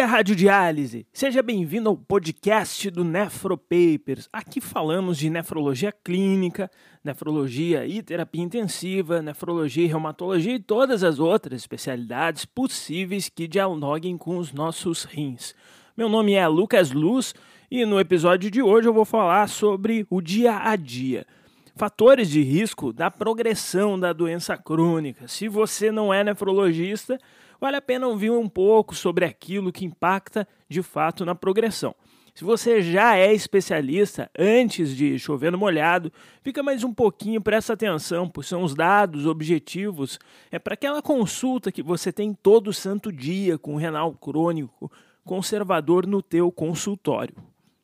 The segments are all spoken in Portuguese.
dia, radiodiálise! Seja bem-vindo ao podcast do Nefropapers. Aqui falamos de nefrologia clínica, nefrologia e terapia intensiva, nefrologia e reumatologia e todas as outras especialidades possíveis que dialoguem com os nossos rins. Meu nome é Lucas Luz e no episódio de hoje eu vou falar sobre o dia a dia. Fatores de risco da progressão da doença crônica. Se você não é nefrologista, vale a pena ouvir um pouco sobre aquilo que impacta de fato na progressão. Se você já é especialista, antes de chover no molhado, fica mais um pouquinho, presta atenção, pois são os dados objetivos. É para aquela consulta que você tem todo santo dia com o renal crônico conservador no teu consultório.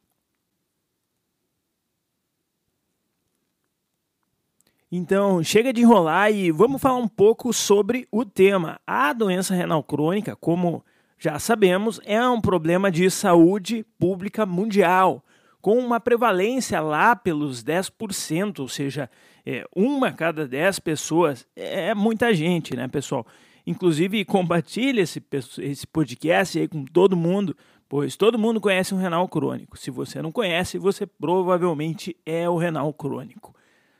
Então, chega de enrolar e vamos falar um pouco sobre o tema. A doença renal crônica, como já sabemos, é um problema de saúde pública mundial, com uma prevalência lá pelos 10%, ou seja, uma a cada 10 pessoas. É muita gente, né, pessoal? Inclusive, compartilhe esse podcast aí com todo mundo, pois todo mundo conhece um renal crônico. Se você não conhece, você provavelmente é o renal crônico.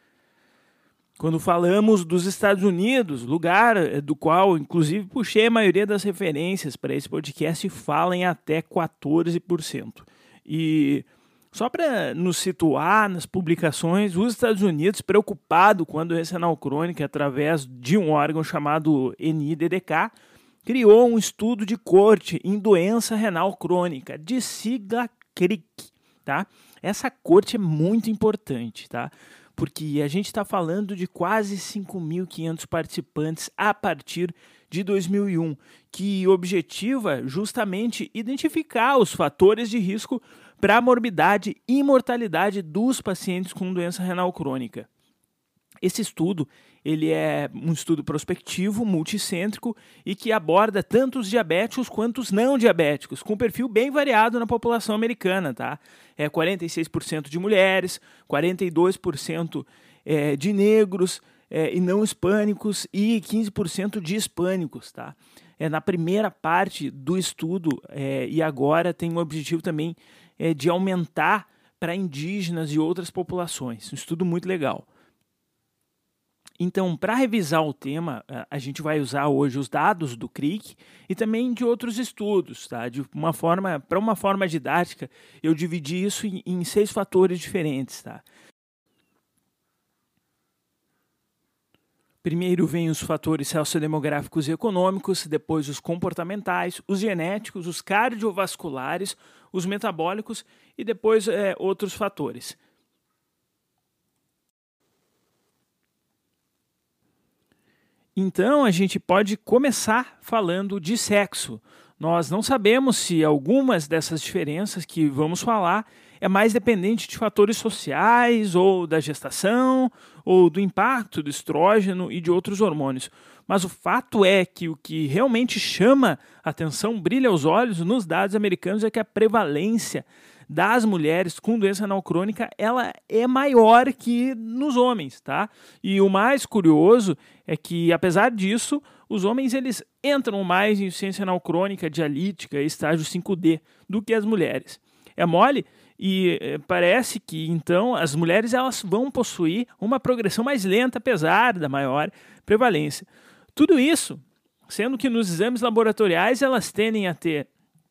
Quando falamos dos Estados Unidos, lugar do qual, inclusive, puxei a maioria das referências para esse podcast, fala em até 14%. E só para nos situar nas publicações, os Estados Unidos, preocupado com a doença renal crônica através de um órgão chamado NIDDK, criou um estudo de corte em doença renal crônica, de sigla CRIC, tá? Essa corte é muito importante, tá? Porque a gente está falando de quase 5.500 participantes a partir de 2001, que objetiva justamente identificar os fatores de risco para a morbidade e mortalidade dos pacientes com doença renal crônica. Esse estudo ele é um estudo prospectivo, multicêntrico e que aborda tanto os diabéticos quanto os não diabéticos, com perfil bem variado na população americana, tá? 46% de mulheres, 42% de negros e não hispânicos e 15% de hispânicos, tá? Na primeira parte do estudo e agora tem o objetivo também de aumentar para indígenas e outras populações. Um estudo muito legal. Então, para revisar o tema, a gente vai usar hoje os dados do CRIC e também de outros estudos, tá? Para uma forma didática, eu dividi isso em 6 fatores diferentes, tá? Primeiro vem os fatores sociodemográficos e econômicos, depois os comportamentais, os genéticos, os cardiovasculares, os metabólicos e depois outros fatores. Então, a gente pode começar falando de sexo. Nós não sabemos se algumas dessas diferenças que vamos falar é mais dependente de fatores sociais, ou da gestação, ou do impacto do estrógeno e de outros hormônios. Mas o fato é que o que realmente chama a atenção, brilha aos olhos nos dados americanos é que a prevalência das mulheres com doença renal crônica, ela é maior que nos homens, tá? E o mais curioso é que, apesar disso, os homens eles entram mais em insuficiência renal crônica dialítica, estágio 5D, do que as mulheres. É mole? E parece que, então, as mulheres elas vão possuir uma progressão mais lenta, apesar da maior prevalência. Tudo isso, sendo que nos exames laboratoriais elas tendem a ter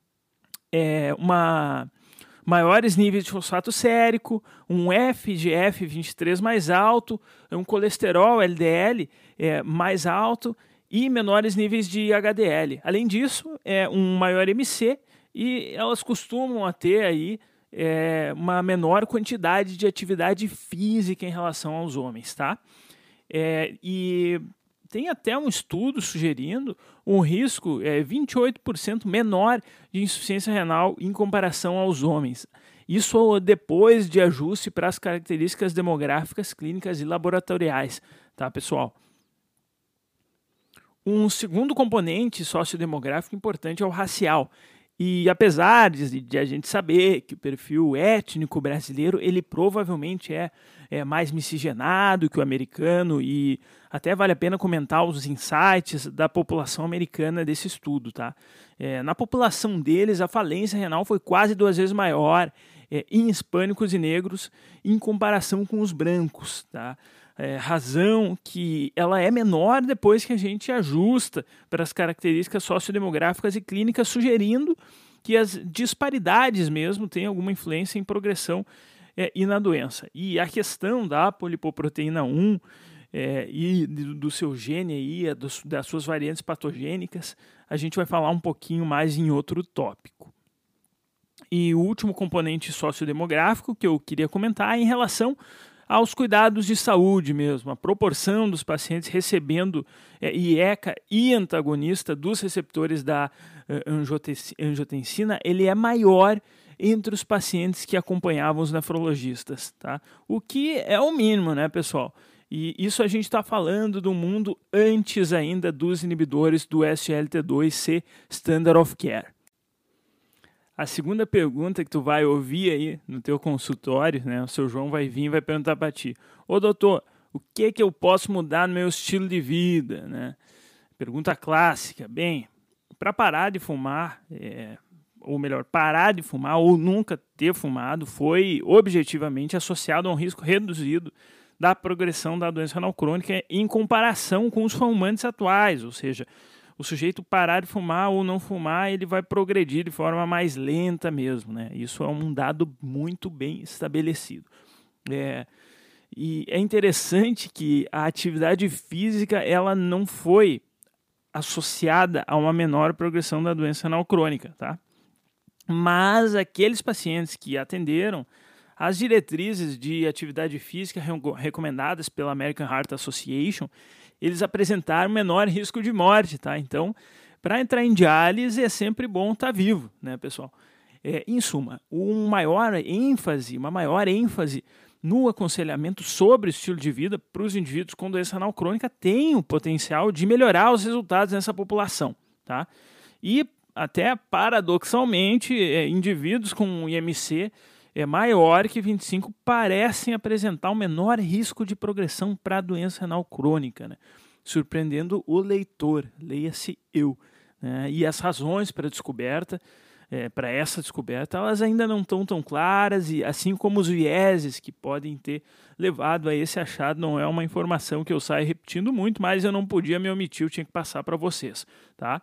maiores níveis de fosfato sérico, um FGF23 mais alto, um colesterol LDL mais alto e menores níveis de HDL. Além disso, um maior MC e elas costumam a ter aí uma menor quantidade de atividade física em relação aos homens, tá? E tem até um estudo sugerindo um risco 28% menor de insuficiência renal em comparação aos homens. Isso depois de ajuste para as características demográficas, clínicas e laboratoriais, tá, pessoal? Um segundo componente sociodemográfico importante é o racial. E apesar de a gente saber que o perfil étnico brasileiro, ele provavelmente é mais miscigenado que o americano, e até vale a pena comentar os insights da população americana desse estudo, tá? Na população deles, a falência renal foi quase 2 vezes maior em hispânicos e negros em comparação com os brancos, tá? Razão que ela é menor depois que a gente ajusta para as características sociodemográficas e clínicas, sugerindo que as disparidades mesmo têm alguma influência em progressão e na doença. E a questão da polipoproteína 1 e do seu gene aí, das suas variantes patogênicas, a gente vai falar um pouquinho mais em outro tópico. E o último componente sociodemográfico que eu queria comentar é em relação aos cuidados de saúde mesmo. A proporção dos pacientes recebendo IECA e antagonista dos receptores da angiotensina, ele é maior entre os pacientes que acompanhavam os nefrologistas, tá? O que é o mínimo, né, pessoal? E isso a gente está falando do mundo antes ainda dos inibidores do SGLT2 ser Standard of Care. A segunda pergunta que tu vai ouvir aí no teu consultório, né? O seu João vai vir e vai perguntar para ti: ô doutor, o que eu posso mudar no meu estilo de vida, né? Pergunta clássica. Bem, para parar de fumar, ou melhor, parar de fumar ou nunca ter fumado foi objetivamente associado a um risco reduzido da progressão da doença renal crônica em comparação com os fumantes atuais, ou seja, o sujeito parar de fumar ou não fumar, ele vai progredir de forma mais lenta mesmo, né? Isso é um dado muito bem estabelecido. E é interessante que a atividade física ela não foi associada a uma menor progressão da doença renal crônica, tá? Mas aqueles pacientes que atenderam as diretrizes de atividade física recomendadas pela American Heart Association, eles apresentaram menor risco de morte, tá? Então, para entrar em diálise é sempre bom estar vivo, né, pessoal? Em suma, uma maior ênfase no aconselhamento sobre o estilo de vida para os indivíduos com doença renal crônica tem o potencial de melhorar os resultados nessa população, tá? E até paradoxalmente, indivíduos com IMC maior que 25 parecem apresentar um menor risco de progressão para a doença renal crônica, né? Surpreendendo o leitor, leia-se eu, né? E as razões para essa descoberta, elas ainda não estão tão claras, e assim como os vieses que podem ter levado a esse achado, não é uma informação que eu saio repetindo muito, mas eu não podia me omitir, eu tinha que passar para vocês, tá?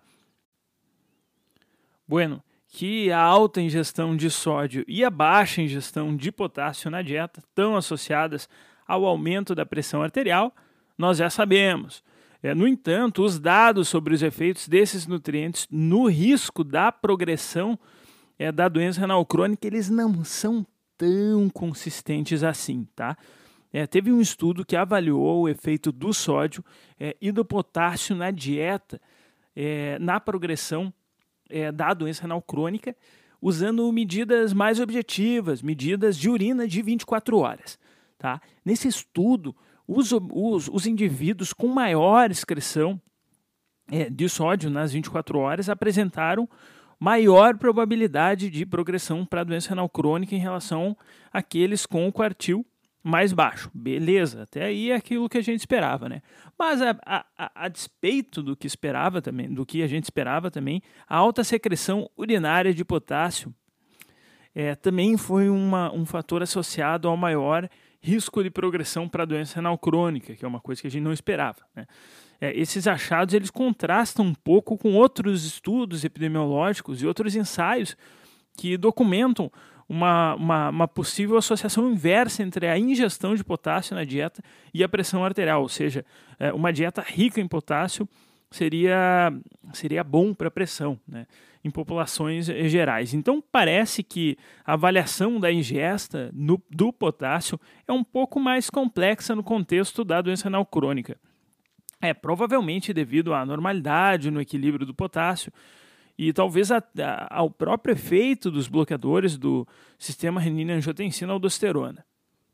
Bueno, que a alta ingestão de sódio e a baixa ingestão de potássio na dieta estão associadas ao aumento da pressão arterial, nós já sabemos. No entanto, os dados sobre os efeitos desses nutrientes no risco da progressão da doença renal crônica, eles não são tão consistentes assim, tá? Teve um estudo que avaliou o efeito do sódio e do potássio na dieta na progressão da doença renal crônica, usando medidas mais objetivas, medidas de urina de 24 horas. Tá? Nesse estudo, os indivíduos com maior excreção de sódio nas 24 horas apresentaram maior probabilidade de progressão para a doença renal crônica em relação àqueles com o quartil mais baixo. Beleza, até aí é aquilo que a gente esperava, né? Mas a despeito do que a gente esperava também, a alta secreção urinária de potássio também foi um fator associado ao maior risco de progressão para a doença renal crônica, que é uma coisa que a gente não esperava, né? Esses achados eles contrastam um pouco com outros estudos epidemiológicos e outros ensaios que documentam uma possível associação inversa entre a ingestão de potássio na dieta e a pressão arterial, ou seja, uma dieta rica em potássio seria bom para a pressão, né, em populações gerais. Então, parece que a avaliação da ingesta do potássio é um pouco mais complexa no contexto da doença renal crônica. Provavelmente devido à anormalidade no equilíbrio do potássio, e talvez ao próprio efeito dos bloqueadores do sistema renina-angiotensina-aldosterona.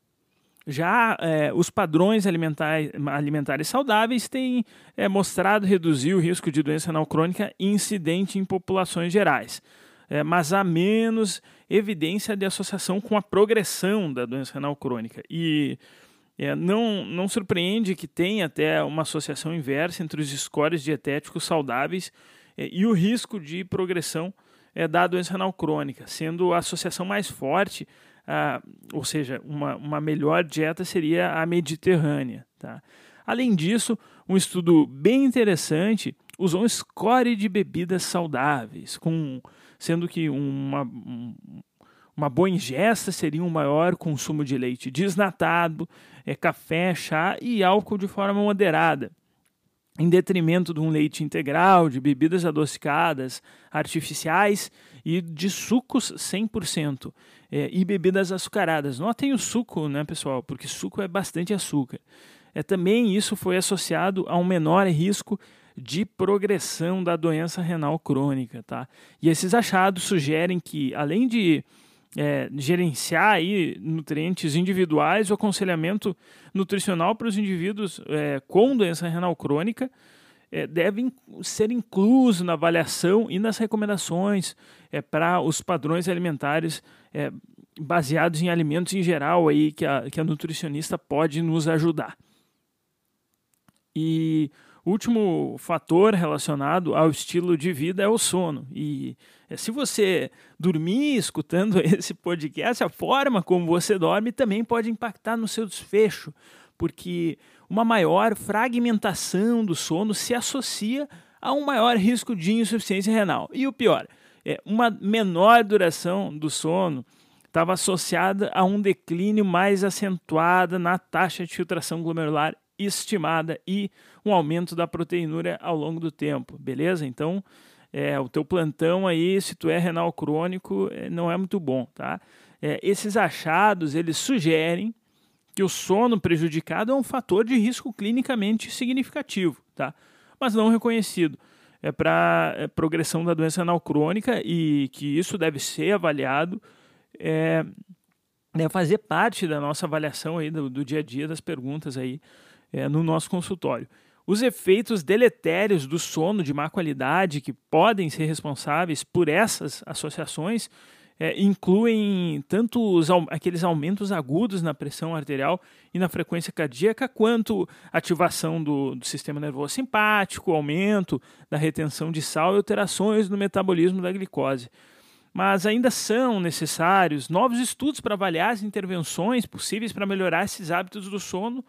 Já os padrões alimentares saudáveis têm mostrado reduzir o risco de doença renal crônica incidente em populações gerais. mas há menos evidência de associação com a progressão da doença renal crônica. E não surpreende que tenha até uma associação inversa entre os scores dietéticos saudáveis e o risco de progressão da doença renal crônica, sendo a associação mais forte, ou seja, uma melhor dieta seria a mediterrânea. Tá? Além disso, um estudo bem interessante usou um score de bebidas saudáveis, sendo que uma boa ingesta seria um maior consumo de leite desnatado, café, chá e álcool de forma moderada, em detrimento de um leite integral, de bebidas adocicadas, artificiais e de sucos 100%, e bebidas açucaradas. Notem o suco, né, pessoal, porque suco é bastante açúcar. Também isso foi associado a um menor risco de progressão da doença renal crônica. Tá? E esses achados sugerem que, além de gerenciar aí nutrientes individuais, o aconselhamento nutricional para os indivíduos com doença renal crônica deve ser incluso na avaliação e nas recomendações para os padrões alimentares baseados em alimentos em geral aí, que a nutricionista pode nos ajudar. E o último fator relacionado ao estilo de vida é o sono. E se você dormir escutando esse podcast, a forma como você dorme também pode impactar no seu desfecho, porque uma maior fragmentação do sono se associa a um maior risco de insuficiência renal. E o pior, uma menor duração do sono estava associada a um declínio mais acentuado na taxa de filtração glomerular estimada e um aumento da proteinúria ao longo do tempo, beleza? Então, o teu plantão aí, se tu é renal crônico, não é muito bom, tá? Esses achados, eles sugerem que o sono prejudicado é um fator de risco clinicamente significativo, tá? Mas não reconhecido para progressão da doença renal crônica, e que isso deve ser avaliado, deve fazer parte da nossa avaliação aí do dia a dia, das perguntas aí no nosso consultório. Os efeitos deletérios do sono de má qualidade que podem ser responsáveis por essas associações incluem tanto aqueles aumentos agudos na pressão arterial e na frequência cardíaca, quanto ativação do sistema nervoso simpático, aumento da retenção de sal e alterações no metabolismo da glicose. Mas ainda são necessários novos estudos para avaliar as intervenções possíveis para melhorar esses hábitos do sono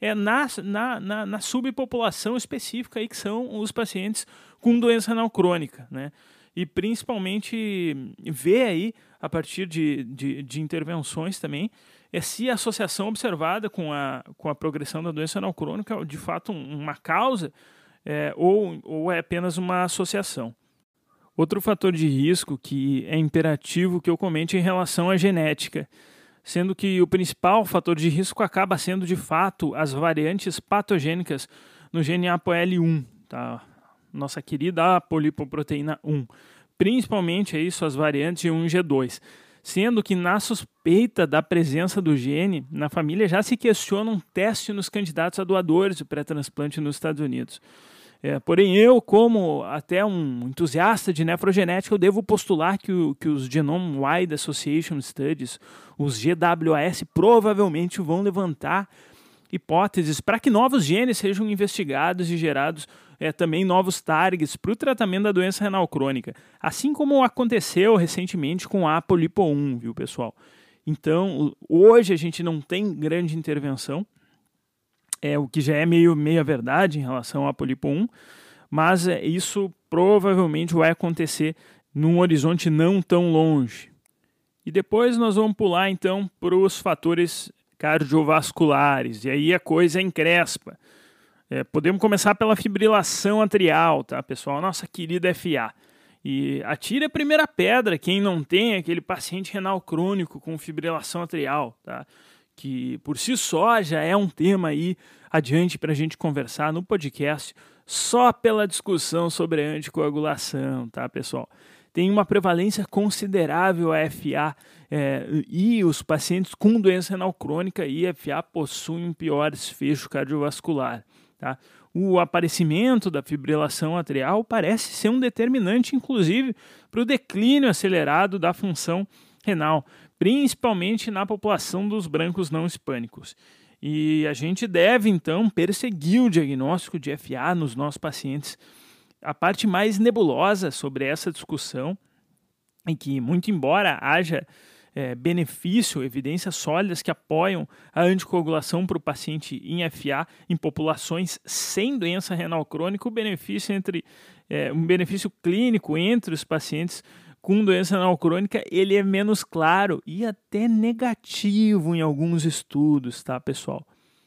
na subpopulação específica aí, que são os pacientes com doença renal crônica, né? E principalmente ver aí, a partir de intervenções também, se a associação observada com a progressão da doença renal crônica é de fato uma causa ou é apenas uma associação. Outro fator de risco que é imperativo que eu comente em relação à genética, sendo que o principal fator de risco acaba sendo, de fato, as variantes patogênicas no gene ApoL1, tá? Nossa querida apolipoproteína 1, principalmente aí suas variantes G1 e G2, sendo que na suspeita da presença do gene, na família já se questiona um teste nos candidatos a doadores de pré-transplante nos Estados Unidos. Porém, eu, como até um entusiasta de nefrogenética, eu devo postular que os Genome-Wide Association Studies, os GWAS, provavelmente vão levantar hipóteses para que novos genes sejam investigados e gerados também novos targets para o tratamento da doença renal crônica, assim como aconteceu recentemente com a ApoLipo1, viu, pessoal? Então, hoje a gente não tem grande intervenção, o que já é meia verdade em relação à ApoLipo1, mas isso provavelmente vai acontecer num horizonte não tão longe. E depois nós vamos pular então para os fatores cardiovasculares, e aí a coisa encrespa. Podemos começar pela fibrilação atrial, tá, pessoal? Nossa querida FA. E atire a primeira pedra quem não tem aquele paciente renal crônico com fibrilação atrial, tá? Que por si só já é um tema aí adiante para a gente conversar no podcast, só pela discussão sobre a anticoagulação, tá, pessoal? Tem uma prevalência considerável a FA, e os pacientes com doença renal crônica e FA possuem um pior desfecho cardiovascular, tá? O aparecimento da fibrilação atrial parece ser um determinante, inclusive, para o declínio acelerado da função renal, principalmente na população dos brancos não hispânicos. E a gente deve, então, perseguir o diagnóstico de FA nos nossos pacientes. A parte mais nebulosa sobre essa discussão é que, muito embora haja benefício, evidências sólidas que apoiam a anticoagulação para o paciente em FA em populações sem doença renal crônica, o benefício um benefício clínico entre os pacientes com doença renal crônica, ele é menos claro e até negativo em alguns estudos, tá, pessoal?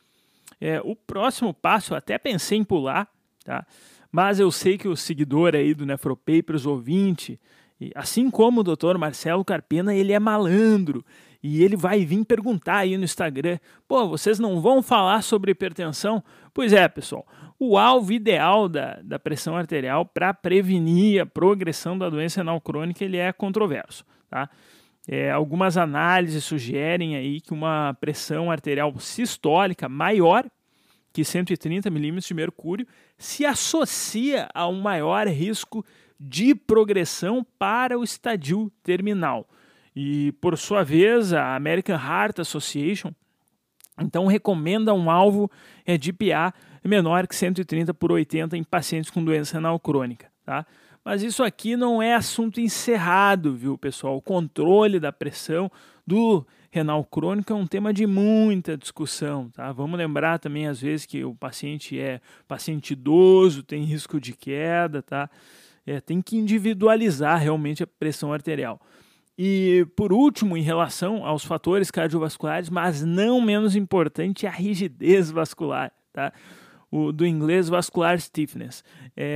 O próximo passo, eu até pensei em pular, tá? Mas eu sei que o seguidor aí do Nefropapers, ouvinte, assim como o Dr. Marcelo Carpena, ele é malandro e ele vai vir perguntar aí no Instagram: pô, vocês não vão falar sobre hipertensão? Pois é, pessoal, o alvo ideal da pressão arterial para prevenir a progressão da doença renal crônica, ele é controverso, tá? Algumas análises sugerem aí que uma pressão arterial sistólica maior que 130 milímetros de mercúrio se associa a um maior risco de progressão para o estadio terminal. E, por sua vez, a American Heart Association então recomenda um alvo de PA menor que 130/80 em pacientes com doença renal crônica, tá? Mas isso aqui não é assunto encerrado, viu, pessoal? O controle da pressão do renal crônico é um tema de muita discussão, tá? Vamos lembrar também, às vezes, que o paciente é paciente idoso, tem risco de queda, tá? Tem que individualizar realmente a pressão arterial. E, por último, em relação aos fatores cardiovasculares, mas não menos importante, a rigidez vascular, tá? Do inglês vascular stiffness.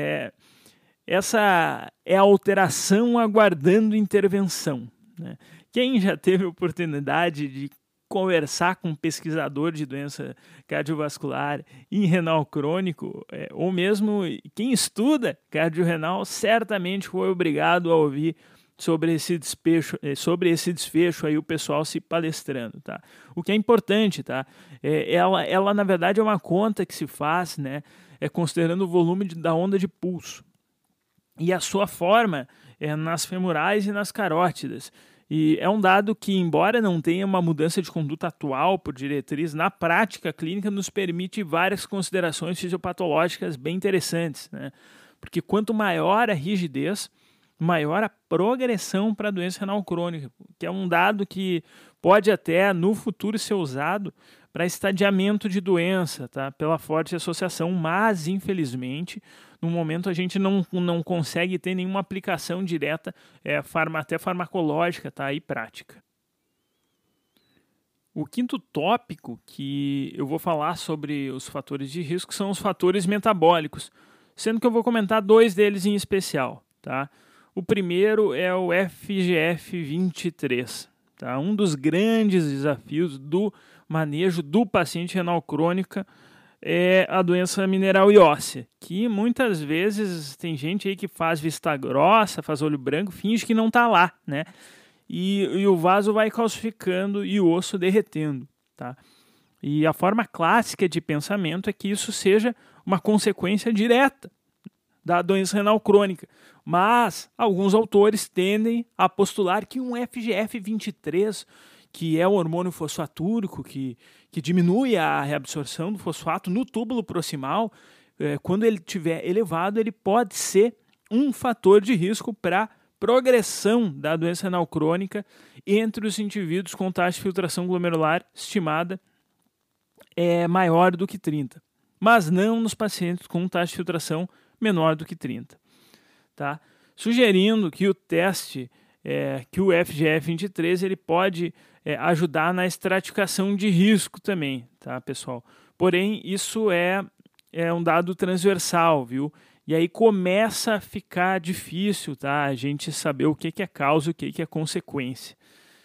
Essa é a alteração aguardando intervenção, né? Quem já teve a oportunidade de conversar com um pesquisador de doença cardiovascular e renal crônico, ou mesmo quem estuda cardiorrenal, certamente foi obrigado a ouvir sobre esse desfecho aí, o pessoal se palestrando, tá? O que é importante, tá? Ela na verdade é uma conta que se faz, né? Considerando o volume da onda de pulso e a sua forma nas femorais e nas carótidas. E é um dado que, embora não tenha uma mudança de conduta atual por diretriz, na prática clínica nos permite várias considerações fisiopatológicas bem interessantes, né? Porque quanto maior a rigidez, maior a progressão para a doença renal crônica, que é um dado que pode até no futuro ser usado para estadiamento de doença, tá? Pela forte associação, mas infelizmente no momento a gente não consegue ter nenhuma aplicação direta, até farmacológica, tá? E prática. O quinto tópico que eu vou falar sobre os fatores de risco são os fatores metabólicos, sendo que eu vou comentar 2 deles em especial, tá? O primeiro é o FGF23, tá? Um dos grandes desafios do manejo do paciente renal crônica é a doença mineral e óssea, que muitas vezes tem gente aí que faz vista grossa, faz olho branco, finge que não está lá, né? E o vaso vai calcificando e o osso derretendo, tá? E a forma clássica de pensamento é que isso seja uma consequência direta da doença renal crônica, mas alguns autores tendem a postular que um FGF23, que é o hormônio fosfatúrico, que diminui a reabsorção do fosfato no túbulo proximal, quando ele estiver elevado, ele pode ser um fator de risco para progressão da doença renal crônica entre os indivíduos com taxa de filtração glomerular estimada maior do que 30, mas não nos pacientes com taxa de filtração menor do que 30. Tá? Sugerindo que o teste, que o FGF23, ele pode ajudar na estratificação de risco também, tá, pessoal? Porém, isso é um dado transversal, viu? E aí começa a ficar difícil, tá? A gente saber o que é causa e o que é consequência.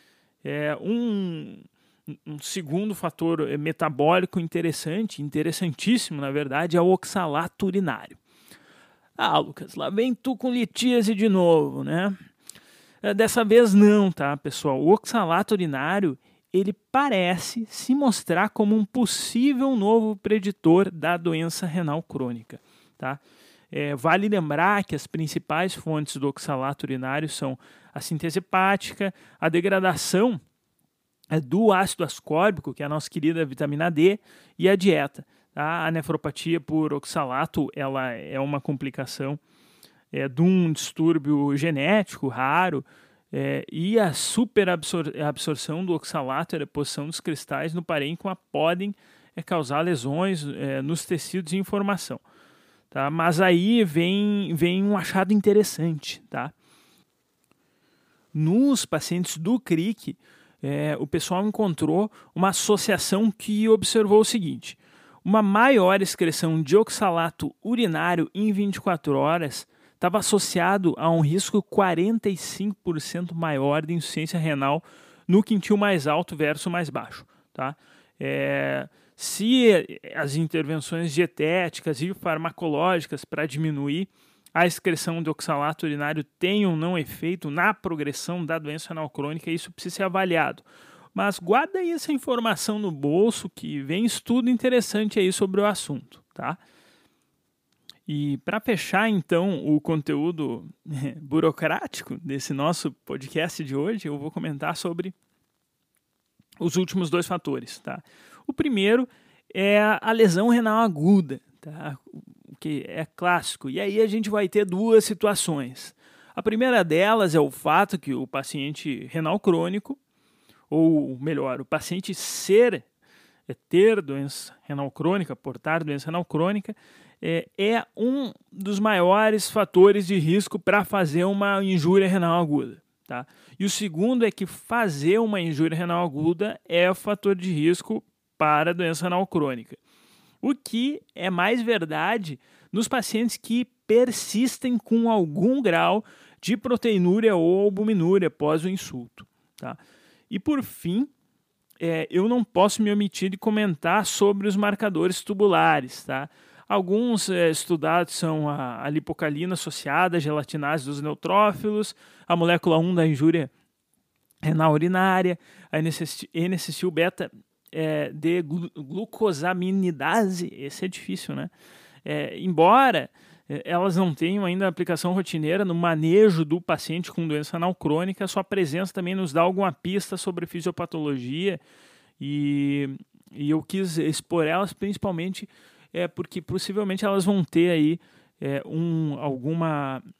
Um segundo fator metabólico interessantíssimo, na verdade, é o oxalato urinário. Ah, Lucas, lá vem tu com litíase de novo, né? Dessa vez não, tá, pessoal? O oxalato urinário, ele parece se mostrar como um possível novo preditor da doença renal crônica, tá? Vale lembrar que as principais fontes do oxalato urinário são a síntese hepática, a degradação do ácido ascórbico, que é a nossa querida vitamina D, e a dieta. Tá? A nefropatia por oxalato ela é uma complicação de um distúrbio genético raro, e a superabsorção do oxalato e a deposição dos cristais no parênquima podem causar lesões nos tecidos e inflamação. Tá? Mas aí vem um achado interessante. Tá? Nos pacientes do CRIC, o pessoal encontrou uma associação que observou o seguinte: uma maior excreção de oxalato urinário em 24 horas estava associado a um risco 45% maior de insuficiência renal no quintil mais alto versus mais baixo. Tá? Se as intervenções dietéticas e farmacológicas para diminuir a excreção de oxalato urinário tem ou não efeito na progressão da doença renal crônica, isso precisa ser avaliado. Mas guarda aí essa informação no bolso, que vem estudo interessante aí sobre o assunto, tá? E para fechar, então, o conteúdo burocrático desse nosso podcast de hoje, eu vou comentar sobre os últimos 2 fatores, tá? O primeiro é a lesão renal aguda, tá? Que é clássico. E aí a gente vai ter 2 situações. A primeira delas é o fato que o paciente renal crônico, ou melhor, o paciente ter doença renal crônica, portar doença renal crônica, é um dos maiores fatores de risco para fazer uma injúria renal aguda. Tá? E o segundo é que fazer uma injúria renal aguda é o fator de risco para a doença renal crônica. O que é mais verdade nos pacientes que persistem com algum grau de proteinúria ou albuminúria após o insulto. Tá? E por fim, eu não posso me omitir de comentar sobre os marcadores tubulares. Tá? Alguns estudados são a lipocalina associada à gelatinase dos neutrófilos, a molécula 1 da injúria renal urinária, a N-acetil-beta de glucosaminidase, esse é difícil, né? Embora elas não tenham ainda aplicação rotineira no manejo do paciente com doença renal crônica, sua presença também nos dá alguma pista sobre fisiopatologia e eu quis expor elas principalmente porque possivelmente elas vão ter aí alguma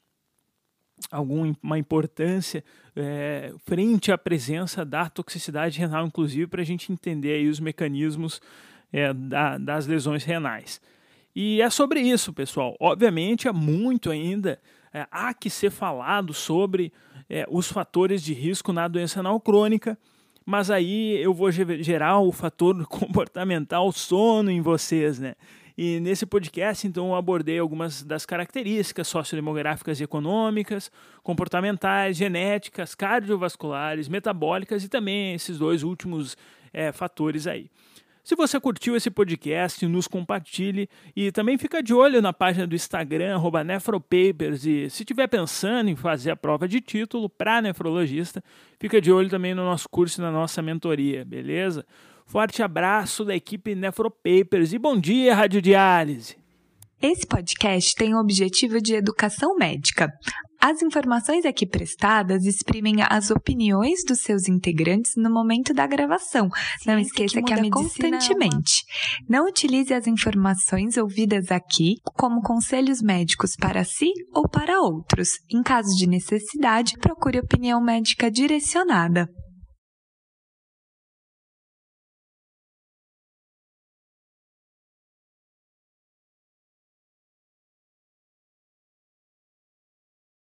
importância frente à presença da toxicidade renal, inclusive para a gente entender aí os mecanismos das lesões renais. E é sobre isso, pessoal. Obviamente, há muito ainda há que ser falado sobre os fatores de risco na doença renal crônica, mas aí eu vou gerar o fator comportamental sono em vocês, né? E nesse podcast, então, eu abordei algumas das características sociodemográficas e econômicas, comportamentais, genéticas, cardiovasculares, metabólicas e também esses 2 últimos fatores aí. Se você curtiu esse podcast, nos compartilhe e também fica de olho na página do Instagram, @nefropapers, e se estiver pensando em fazer a prova de título para nefrologista, fica de olho também no nosso curso e na nossa mentoria, beleza? Forte abraço da equipe Nefropapers e bom dia, Radiodiálise! Esse podcast tem o objetivo de educação médica. As informações aqui prestadas exprimem as opiniões dos seus integrantes no momento da gravação. Não esqueça que a medicina constantemente. Não utilize as informações ouvidas aqui como conselhos médicos para si ou para outros. Em caso de necessidade, procure opinião médica direcionada.